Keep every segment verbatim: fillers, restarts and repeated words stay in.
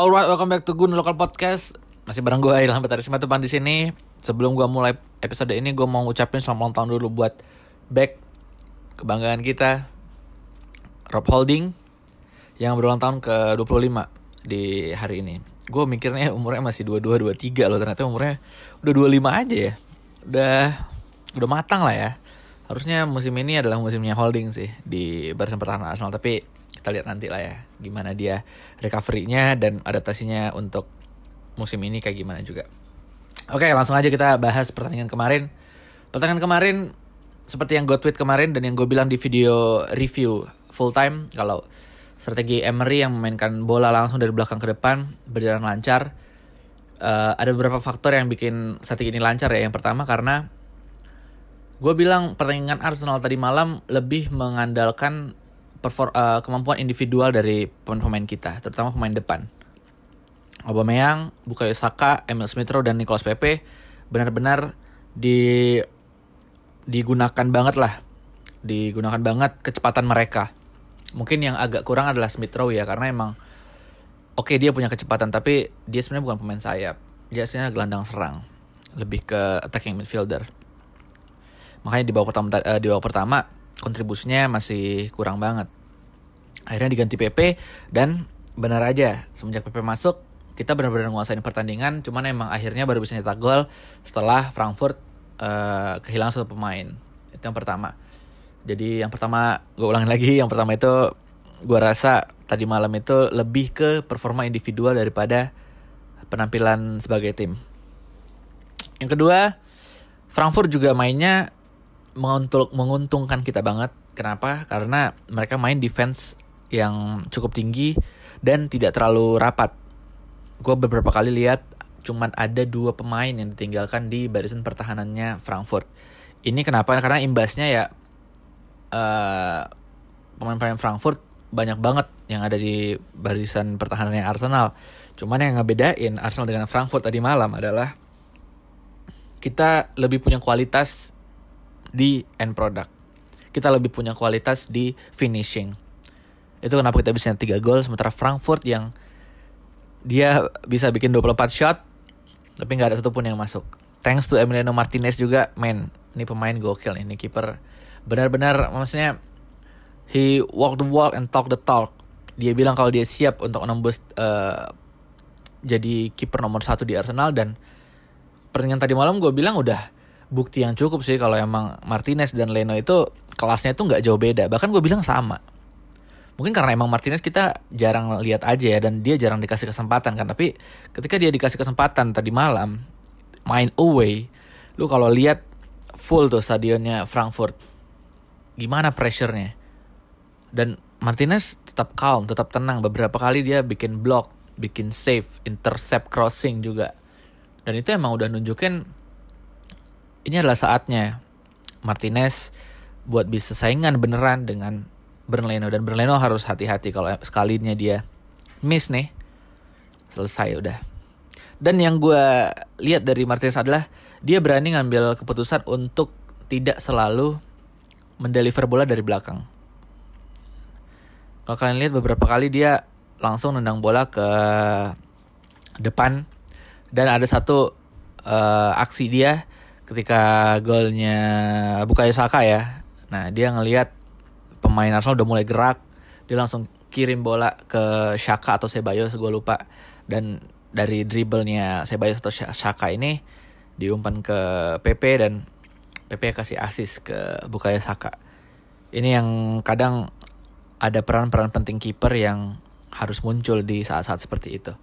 Alright, welcome back to Gun Local Podcast. Masih bareng gue Ilham Batari Simatupang di sini. Sebelum gue mulai episode ini, gue mau ngucapin selamat ulang tahun dulu buat Beck, kebanggaan kita, Rob Holding, yang berulang tahun ke dua puluh lima di hari ini. Gue mikirnya umurnya masih dua puluh dua, dua puluh tiga loh. Ternyata umurnya udah dua puluh lima aja ya. Udah udah matang lah ya. Harusnya musim ini adalah musimnya Holding sih di barisan pertahanan Arsenal. Tapi kita lihat nanti lah ya gimana dia recovery-nya dan adaptasinya untuk musim ini kayak gimana juga. Oke, langsung aja kita bahas pertandingan kemarin. Pertandingan kemarin seperti yang gue tweet kemarin dan yang gue bilang di video review full time, kalau strategi Emery yang memainkan bola langsung dari belakang ke depan berjalan lancar. Uh, ada beberapa faktor yang bikin strategi ini lancar ya. Yang pertama karena gue bilang pertandingan Arsenal tadi malam lebih mengandalkan perform, uh, kemampuan individual dari pemain-pemain kita, terutama pemain depan. Aubameyang, Bukayo Saka, Emil Smith Rowe, dan Nicolas Pepe benar-benar di digunakan banget lah, digunakan banget kecepatan mereka. Mungkin yang agak kurang adalah Smith Rowe ya, karena emang oke okay, dia punya kecepatan, tapi dia sebenarnya bukan pemain sayap, dia sebenarnya gelandang serang, lebih ke attacking midfielder. Makanya di babak pertama, uh, di babak pertama kontribusinya masih kurang banget. Akhirnya diganti Pepe dan benar aja semenjak Pepe masuk kita benar-benar nguasain pertandingan. Cuman emang akhirnya baru bisa nyetak gol setelah Frankfurt uh, kehilangan satu pemain. Itu yang pertama. Jadi yang pertama gue ulangin lagi, yang pertama itu gue rasa tadi malam itu lebih ke performa individual daripada penampilan sebagai tim. Yang kedua, Frankfurt juga mainnya menguntung, menguntungkan kita banget. Kenapa? Karena mereka main defense yang cukup tinggi dan tidak terlalu rapat. Gue beberapa kali lihat cuman ada dua pemain yang ditinggalkan di barisan pertahanannya Frankfurt. Ini kenapa? Karena imbasnya ya uh, pemain-pemain Frankfurt banyak banget yang ada di barisan pertahanannya Arsenal. Cuman yang ngebedain Arsenal dengan Frankfurt tadi malam adalah kita lebih punya kualitas di end product. Kita lebih punya kualitas di finishing. Itu kenapa kita bisa tiga gol, sementara Frankfurt yang dia bisa bikin dua puluh empat shot tapi gak ada satupun yang masuk. Thanks to Emiliano Martinez juga, man. Ini pemain gokil nih, ini kiper benar-benar, maksudnya he walk the walk and talk the talk. Dia bilang kalau dia siap untuk menembus uh, jadi kiper nomor satu di Arsenal. Dan pertandingan tadi malam gue bilang udah bukti yang cukup sih kalau emang Martinez dan Leno itu kelasnya itu nggak jauh beda. Bahkan gue bilang sama. Mungkin karena emang Martinez kita jarang lihat aja ya, dan dia jarang dikasih kesempatan kan. Tapi ketika dia dikasih kesempatan tadi malam main away, lu kalau lihat full tuh stadionnya Frankfurt, gimana pressure-nya. Dan Martinez tetap calm, tetap tenang. Beberapa kali dia bikin block, bikin save, intercept, crossing juga. Dan itu emang udah nunjukin ini adalah saatnya Martinez buat bisa saingan beneran dengan Bernd Leno. Dan Bernd Leno harus hati-hati kalau sekalinya dia miss nih, selesai udah. Dan yang gue lihat dari Martinez adalah dia berani ngambil keputusan untuk tidak selalu mendeliver bola dari belakang. Kalau kalian lihat beberapa kali dia langsung nendang bola ke depan. Dan ada satu uh, aksi dia ketika golnya Bukayo Saka ya. Nah, dia ngelihat pemain Arsenal udah mulai gerak, dia langsung kirim bola ke Saka atau Ceballos, gue lupa. Dan dari dribblenya Ceballos atau Saka ini diumpan ke Pepe, dan Pepe kasih assist ke Bukayo Saka. Ini yang kadang ada peran-peran penting kiper yang harus muncul di saat-saat seperti itu.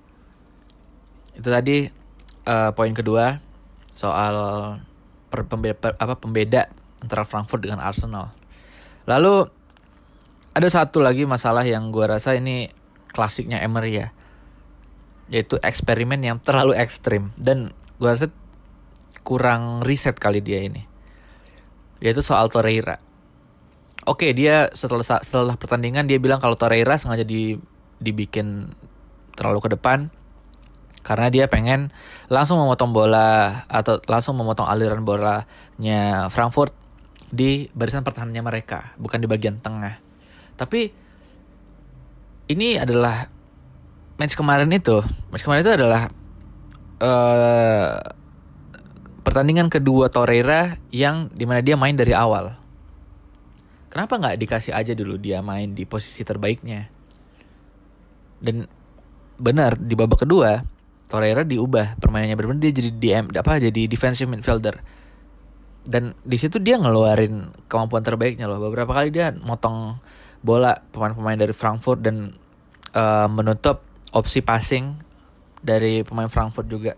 Itu tadi uh, poin kedua soal per, pembeda, per, apa, pembeda antara Frankfurt dengan Arsenal. Lalu ada satu lagi masalah yang gue rasa ini klasiknya Emery ya, yaitu eksperimen yang terlalu ekstrim. Dan gue rasa kurang riset kali dia ini, yaitu soal Torreira. Oke, dia setelah setelah pertandingan dia bilang kalau Torreira sengaja di, dibikin terlalu ke depan karena dia pengen langsung memotong bola atau langsung memotong aliran bolanya Frankfurt di barisan pertahanannya mereka, bukan di bagian tengah. Tapi ini adalah match kemarin itu, match kemarin itu adalah uh, pertandingan kedua Torreira yang dimana dia main dari awal. Kenapa nggak dikasih aja dulu dia main di posisi terbaiknya? Dan benar di babak kedua Torreira diubah permainannya, benar dia jadi D M apa jadi defensive midfielder. Dan di situ dia ngeluarin kemampuan terbaiknya loh. Beberapa kali dia motong bola pemain-pemain dari Frankfurt dan uh, menutup opsi passing dari pemain Frankfurt juga.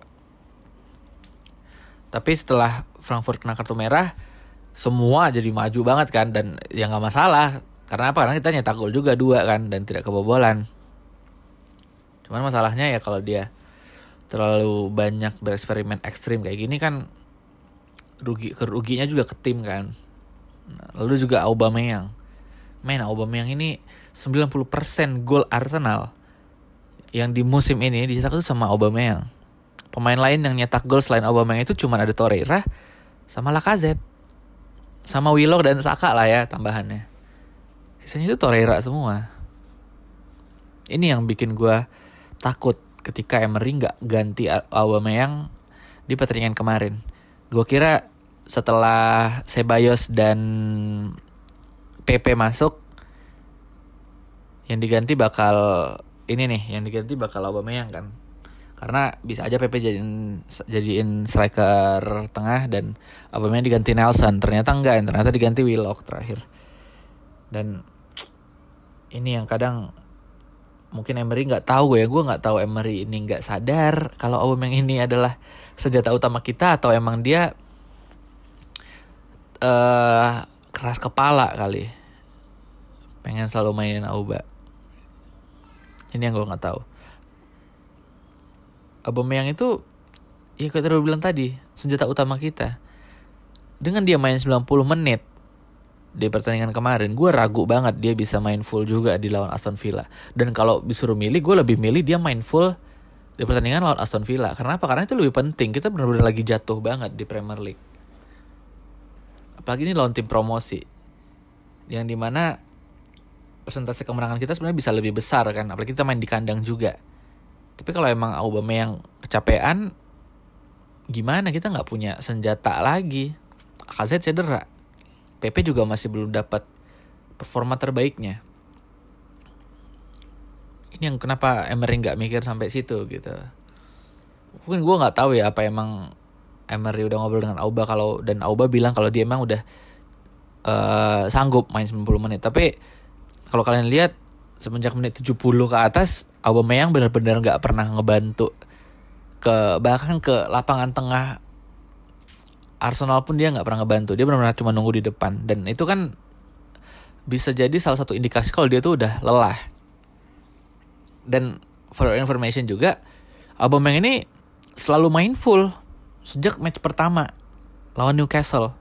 Tapi setelah Frankfurt kena kartu merah, semua jadi maju banget kan, dan ya nggak masalah. Karena apa? Karena kita nyetak gol juga dua kan dan tidak kebobolan. Cuman masalahnya ya kalau dia terlalu banyak bereksperimen ekstrim kayak gini kan rugi keruginya juga ke tim kan. Lalu juga Aubameyang. Men, Aubameyang ini sembilan puluh persen gol Arsenal yang di musim ini dicetak itu sama Aubameyang. Pemain lain yang nyetak gol selain Aubameyang itu cuma ada Torreira sama Lacazette. Sama Willock dan Saka lah ya tambahannya. Sisanya itu Torreira semua. Ini yang bikin gue takut ketika Emery gak ganti Aubameyang di pertandingan kemarin. Gue kira setelah Ceballos dan P P masuk, yang diganti bakal ini nih, yang diganti bakal Aubameyang kan. Karena bisa aja P P jadiin jadiin striker tengah dan Aubameyang diganti Nelson. Ternyata enggak, ternyata diganti Willock terakhir. Dan ini yang kadang mungkin Emery nggak tahu ya, gue nggak tahu Emery ini nggak sadar kalau Aubameyang ini adalah senjata utama kita, atau emang dia uh, keras kepala kali, pengen selalu mainin Auba. Ini yang gue nggak tahu. Aubameyang itu ya kayak tadi bilang tadi, senjata utama kita. Dengan dia main sembilan puluh menit di pertandingan kemarin, gue ragu banget dia bisa main full juga di lawan Aston Villa. Dan kalau disuruh milih, gue lebih milih dia main full di pertandingan lawan Aston Villa. Karena apa? Karena itu lebih penting. Kita benar-benar lagi jatuh banget di Premier League. Apalagi ini lawan tim promosi, yang dimana persentase kemenangan kita sebenarnya bisa lebih besar kan. Apalagi kita main di kandang juga. Tapi kalau emang Aubameyang kecapean, gimana? Kita nggak punya senjata lagi. Lacazette cedera. P P juga masih belum dapat performa terbaiknya. Ini yang kenapa Emery nggak mikir sampai situ gitu. Mungkin gue nggak tahu ya apa emang Emery udah ngobrol dengan Auba kalau dan Auba bilang kalau dia emang udah uh, sanggup main sembilan puluh menit. Tapi kalau kalian lihat semenjak menit tujuh puluh ke atas, Aubameyang benar-benar nggak pernah ngebantu ke bahkan ke lapangan tengah Arsenal pun dia nggak pernah ngebantu. Dia benar-benar cuma nunggu di depan. Dan itu kan bisa jadi salah satu indikasi kalau dia tuh udah lelah. Dan for your information juga, Aubameyang ini selalu main full sejak match pertama lawan Newcastle.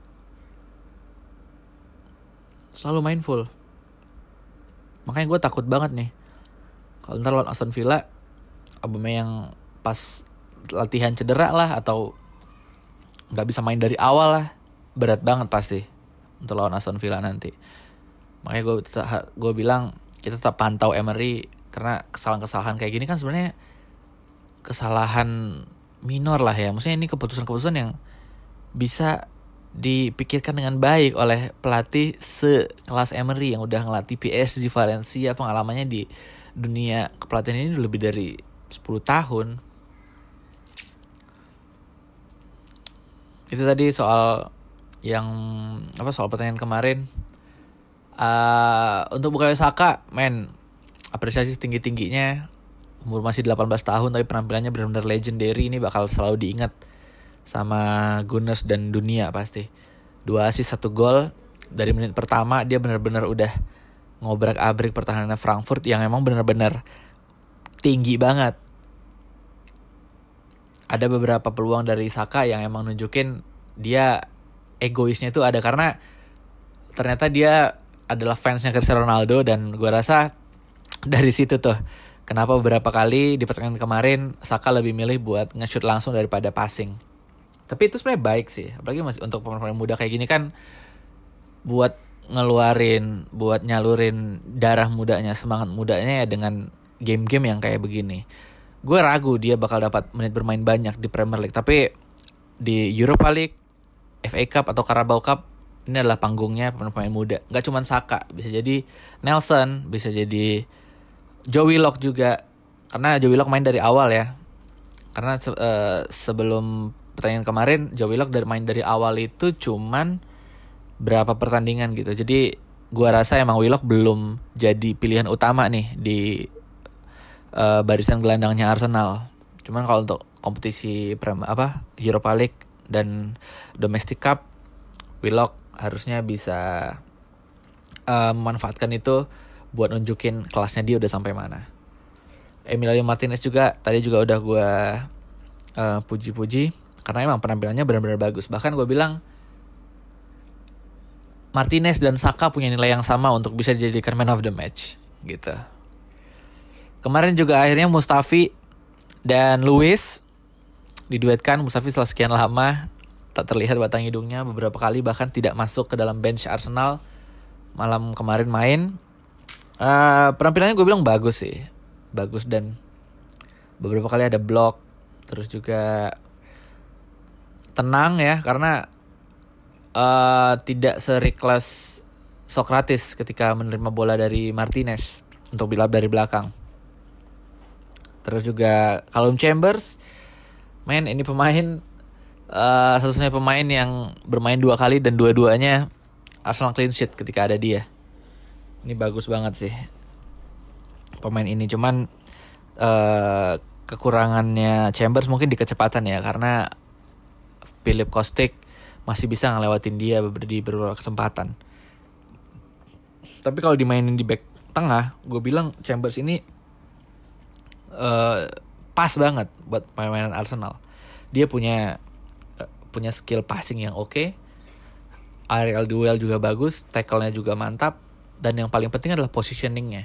Selalu main full. Makanya gue takut banget nih kalau ntar lawan Aston Villa, Aubameyang pas latihan cedera lah atau nggak bisa main dari awal lah, berat banget pasti untuk lawan Aston Villa nanti. Makanya gue gue bilang kita tetap pantau Emery, karena kesalahan-kesalahan kayak gini kan sebenarnya kesalahan minor lah ya. Maksudnya ini keputusan-keputusan yang bisa dipikirkan dengan baik oleh pelatih sekelas Emery yang udah ngelatih P S G, Valencia, pengalamannya di dunia kepelatihan ini lebih dari sepuluh tahun. Itu tadi soal yang apa soal pertandingan kemarin. Uh, untuk Bukayo Saka, men, apresiasi tinggi-tingginya. Umur masih delapan belas tahun tapi penampilannya benar-benar legendary. Ini bakal selalu diingat sama Gunners dan dunia pasti. Dua assist, satu gol. Dari menit pertama dia benar-benar udah ngobrak-abrik pertahanan Frankfurt yang emang benar-benar tinggi banget. Ada beberapa peluang dari Saka yang emang nunjukin dia egoisnya itu ada, karena ternyata dia adalah fansnya Cristiano Ronaldo. Dan gue rasa dari situ tuh kenapa beberapa kali di pertandingan kemarin Saka lebih milih buat nge-shoot langsung daripada passing. Tapi itu sebenarnya baik sih, apalagi masih untuk pemain-pemain muda kayak gini kan, buat ngeluarin, buat nyalurin darah mudanya, semangat mudanya ya dengan game-game yang kayak begini. Gue ragu dia bakal dapat menit bermain banyak di Premier League. Tapi di Europa League, F A Cup atau Carabao Cup, ini adalah panggungnya pemain-pemain muda. Gak cuma Saka, bisa jadi Nelson, bisa jadi Joe Willock juga. Karena Joe Willock main dari awal ya. Karena se- uh, sebelum pertandingan kemarin, Joe Willock dari main dari awal itu cuman berapa pertandingan gitu. Jadi gua rasa emang Willock belum jadi pilihan utama nih di uh, barisan gelandangnya Arsenal. Cuman kalau untuk kompetisi prem, apa Europa League dan Domestic Cup, Willock harusnya bisa uh, memanfaatkan itu buat nunjukin kelasnya dia udah sampai mana. Emiliano Martinez juga tadi juga udah gue uh, puji-puji karena emang penampilannya benar-benar bagus. Bahkan gue bilang Martinez dan Saka punya nilai yang sama untuk bisa dijadikan man of the match gitu. Kemarin juga akhirnya Mustafi dan Luis diduetkan. Mustafi setelah sekian lama tak terlihat batang hidungnya beberapa kali, bahkan tidak masuk ke dalam bench Arsenal malam kemarin main. Uh, penampilannya gue bilang bagus sih, bagus dan beberapa kali ada block, terus juga tenang ya karena uh, tidak serikless Sokratis ketika menerima bola dari Martinez untuk bilap dari belakang. Terus juga Callum Chambers, men ini pemain uh, satu-satunya pemain yang bermain dua kali dan dua-duanya Arsenal clean sheet ketika ada dia. Ini bagus banget sih pemain ini. Cuman uh, kekurangannya Chambers mungkin di kecepatan ya, karena Philip Kostic masih bisa ngelewatin dia di beberapa kesempatan. Tapi kalau dimainin di back tengah, gue bilang Chambers ini uh, pas banget buat permainan Arsenal. Dia punya uh, punya skill passing yang oke, okay, aerial duel juga bagus, tackle-nya juga mantap, dan yang paling penting adalah positioning-nya.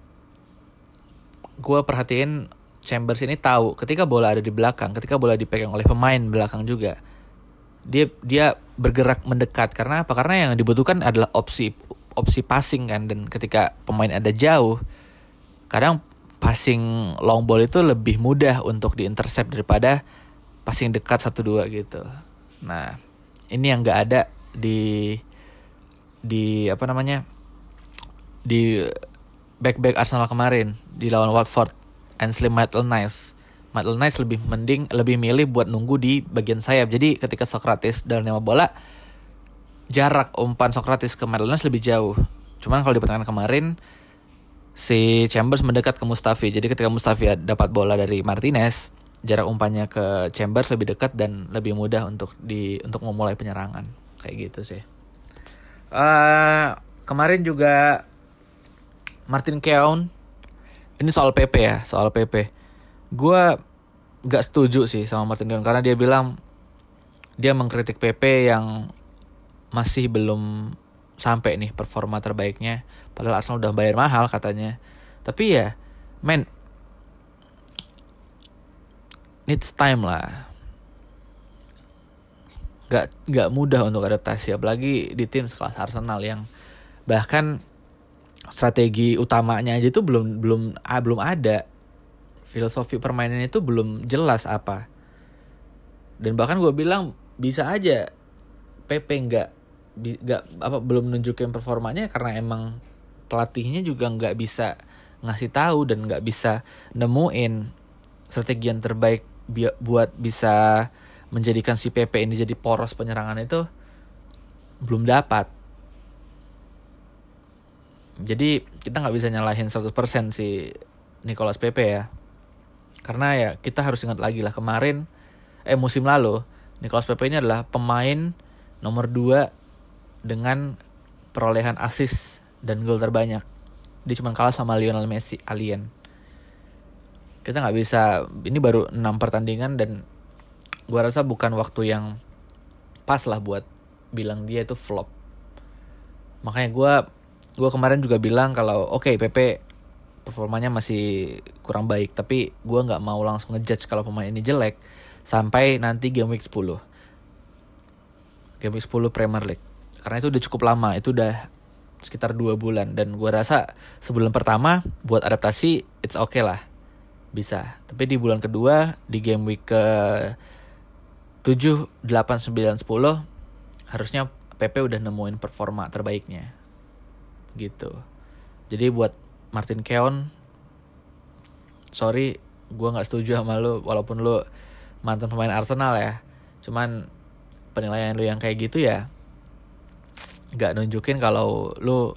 Gue perhatiin Chambers ini tahu ketika bola ada di belakang, ketika bola dipegang oleh pemain belakang juga, dia dia bergerak mendekat. Karena apa? Karena yang dibutuhkan adalah opsi opsi passing kan, dan ketika pemain ada jauh, kadang passing long ball itu lebih mudah untuk diintercept daripada passing dekat satu dua gitu. Nah, ini yang enggak ada di di apa namanya? di back-back Arsenal kemarin di lawan Watford. Ainsley Maitland-Niles Maitland-Niles lebih mending lebih milih buat nunggu di bagian sayap. Jadi ketika Sokratis dalam lima bola, jarak umpan Sokratis ke Maitland-Niles lebih jauh. Cuman kalau di pertandingan kemarin si Chambers mendekat ke Mustafi. Jadi ketika Mustafi dapat bola dari Martinez, jarak umpannya ke Chambers lebih dekat dan lebih mudah untuk di untuk memulai penyerangan. Kayak gitu sih. Uh, kemarin juga Martin Keown, ini soal P P ya, soal P P. Gue gak setuju sih sama Martin Keown karena dia bilang dia mengkritik P P yang masih belum sampai nih performa terbaiknya. Padahal Arsenal udah bayar mahal katanya. Tapi ya, man, needs time lah. Gak gak mudah untuk adaptasi, apalagi di tim sekelas Arsenal yang bahkan strategi utamanya aja itu belum belum ah, belum ada. Filosofi permainannya itu belum jelas apa. Dan bahkan gue bilang bisa aja P P nggak nggak apa belum nunjukin performanya karena emang pelatihnya juga nggak bisa ngasih tahu dan nggak bisa nemuin strategi yang terbaik bi- buat bisa menjadikan si P P ini jadi poros penyerangan itu belum dapat. Jadi kita nggak bisa nyalahin seratus persen si Nicolas Pepe ya. Karena ya kita harus ingat lagi lah kemarin, eh musim lalu, Nicolas Pepe ini adalah pemain nomor dua dengan perolehan assist dan gol terbanyak. Dia cuma kalah sama Lionel Messi, alien. Kita nggak bisa, ini baru enam pertandingan dan gue rasa bukan waktu yang pas lah buat bilang dia itu flop. Makanya gue Gue kemarin juga bilang kalau oke okay, P P performanya masih kurang baik, tapi gue nggak mau langsung ngejudge kalau pemain ini jelek sampai nanti game week sepuluh Premier League, karena itu udah cukup lama, itu udah sekitar dua bulan. Dan gue rasa sebulan pertama buat adaptasi it's okay lah, bisa. Tapi di bulan kedua, di game week ke tujuh, delapan, sembilan, sepuluh harusnya P P udah nemuin performa terbaiknya gitu. Jadi buat Martin Keown, sorry, gue gak setuju sama lu. Walaupun lu mantan pemain Arsenal ya, cuman penilaian lu yang kayak gitu ya gak nunjukin kalau lu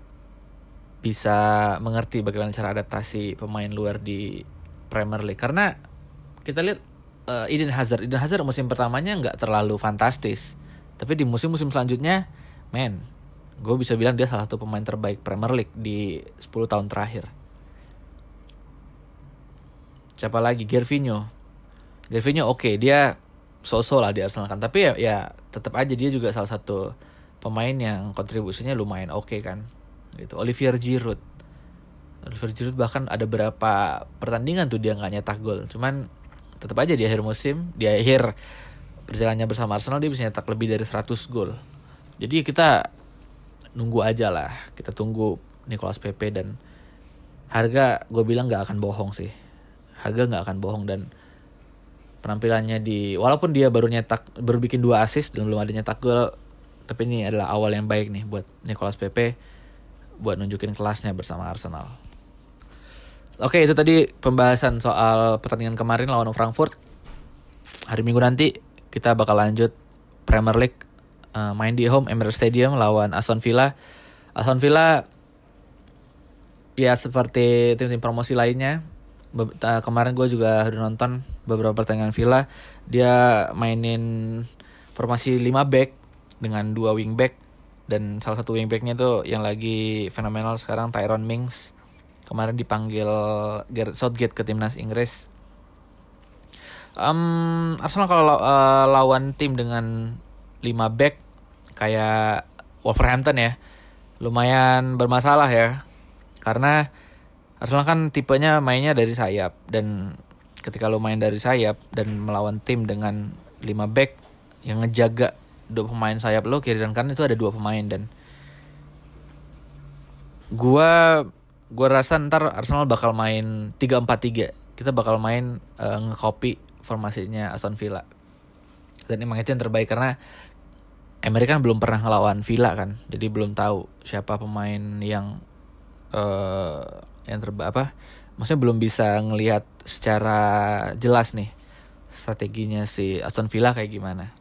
bisa mengerti bagaimana cara adaptasi pemain luar di Premier League. Karena kita lihat uh, Eden Hazard Eden Hazard musim pertamanya gak terlalu fantastis, tapi di musim-musim selanjutnya, men, gue bisa bilang dia salah satu pemain terbaik Premier League di sepuluh tahun terakhir. Siapa lagi? Gervinho. Gervinho oke, okay, dia so-so lah di Arsenal kan. Tapi ya, ya tetap aja dia juga salah satu pemain yang kontribusinya lumayan oke okay kan. Gitu. Olivier Giroud. Olivier Giroud bahkan ada berapa pertandingan tuh dia nggak nyetak gol. Cuman tetap aja di akhir musim, di akhir perjalanannya bersama Arsenal dia bisa nyetak lebih dari seratus gol. Jadi kita nunggu aja lah, kita tunggu Nicolas Pepe. Dan harga gue bilang gak akan bohong sih, harga gak akan bohong. Dan penampilannya di, walaupun dia baru nyetak, baru bikin dua assist dan belum ada nyetak gol, tapi ini adalah awal yang baik nih buat Nicolas Pepe buat nunjukin kelasnya bersama Arsenal. Oke, itu tadi pembahasan soal pertandingan kemarin lawan Frankfurt. Hari Minggu nanti kita bakal lanjut Premier League. Uh, main di home Emirates Stadium lawan Aston Villa. Aston Villa ya seperti tim-tim promosi lainnya. Be- uh, kemarin gue juga udah nonton beberapa pertandingan Villa. Dia mainin formasi lima back dengan dua wing back, dan salah satu wing backnya tuh yang lagi fenomenal sekarang, Tyrone Mings. Kemarin dipanggil Gareth Southgate ke timnas Inggris. Um, Arsenal kalau uh, lawan tim dengan lima back kayak Wolverhampton ya, lumayan bermasalah ya. Karena Arsenal kan tipenya mainnya dari sayap, dan ketika lo main dari sayap dan melawan tim dengan lima back yang ngejaga dua pemain sayap lo kiri dan kanan, itu ada dua pemain. Dan gua gua rasa ntar Arsenal bakal main tiga empat tiga. Kita bakal main uh, nge-copy formasinya Aston Villa. Dan emang itu yang terbaik karena Emery kan belum pernah ngelawan Villa kan, jadi belum tahu siapa pemain yang uh, yang terbaik apa, maksudnya belum bisa ngelihat secara jelas nih strateginya si Aston Villa kayak gimana.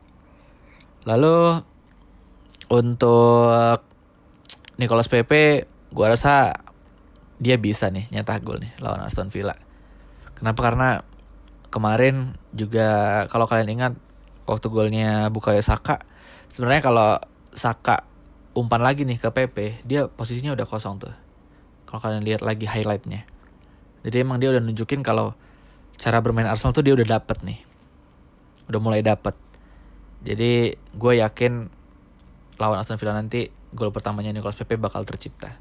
Lalu untuk Nicolas Pepe, gua rasa dia bisa nih nyetak gol nih lawan Aston Villa. Kenapa? Karena kemarin juga kalau kalian ingat waktu golnya Bukayo Saka, sebenarnya kalau Saka umpan lagi nih ke Pepe, dia posisinya udah kosong tuh. Kalau kalian lihat lagi highlightnya, jadi emang dia udah nunjukin kalau cara bermain Arsenal tuh dia udah dapet nih, udah mulai dapet. Jadi gue yakin lawan Aston Villa nanti gol pertamanya Nicolas Pepe bakal tercipta.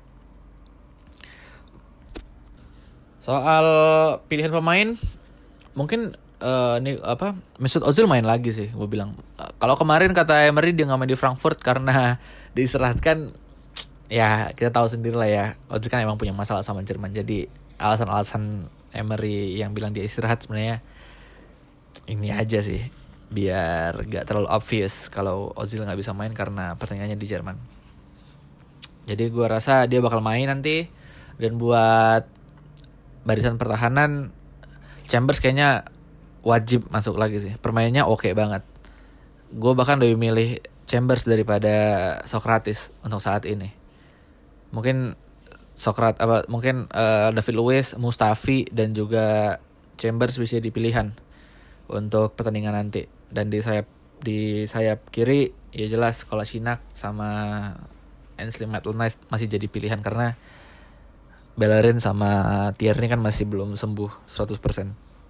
Soal pilihan pemain, mungkin Uh, ini apa Mesut Ozil main lagi sih, gue bilang. Uh, kalau kemarin kata Emery dia nggak main di Frankfurt karena diistirahatkan, ya kita tahu sendiri lah ya. Ozil kan emang punya masalah sama Jerman, jadi alasan-alasan Emery yang bilang dia istirahat sebenarnya ini aja sih, biar gak terlalu obvious kalau Ozil nggak bisa main karena pertandingannya di Jerman. Jadi gue rasa dia bakal main nanti. Dan buat barisan pertahanan, Chambers kayaknya wajib masuk lagi sih. Permainannya oke okay banget. Gue bahkan lebih milih Chambers daripada Sokratis untuk saat ini. Mungkin Sokrat apa mungkin uh, David Luiz, Mustafi dan juga Chambers bisa dipilihan untuk pertandingan nanti. Dan di sayap di sayap kiri ya jelas Kolasinac sama Ainsley Maitland-Niles masih jadi pilihan karena Bellerin sama Tierney kan masih belum sembuh seratus persen.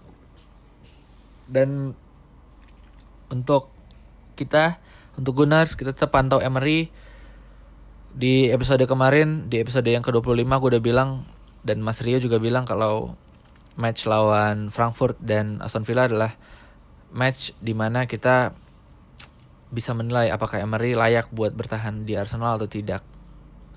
Dan untuk kita, untuk Gunners, kita tetap pantau Emery. Di episode kemarin, di episode yang ke dua puluh lima gue udah bilang, dan Mas Rio juga bilang kalau match lawan Frankfurt dan Aston Villa adalah match dimana kita bisa menilai apakah Emery layak buat bertahan di Arsenal atau tidak.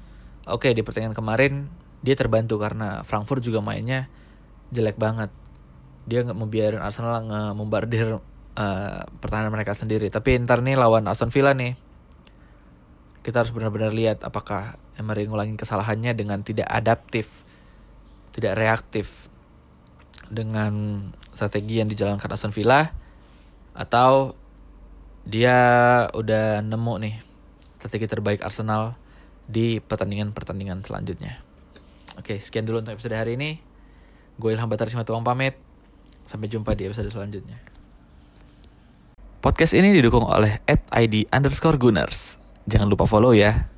Oke, di pertandingan kemarin dia terbantu karena Frankfurt juga mainnya jelek banget. Dia nggak membiarkan Arsenal nge-bombardir uh, pertahanan mereka sendiri. Tapi ntar nih lawan Aston Villa nih, kita harus benar-benar lihat apakah Emery ngulangin kesalahannya dengan tidak adaptif, tidak reaktif dengan strategi yang dijalankan Aston Villa, atau dia udah nemu nih strategi terbaik Arsenal di pertandingan-pertandingan selanjutnya. Oke, sekian dulu untuk episode hari ini. Gue Ilham Batari Simatupang pamit. Sampai jumpa di episode selanjutnya. Podcast ini didukung oleh at id underscore Gunners. Jangan lupa follow ya.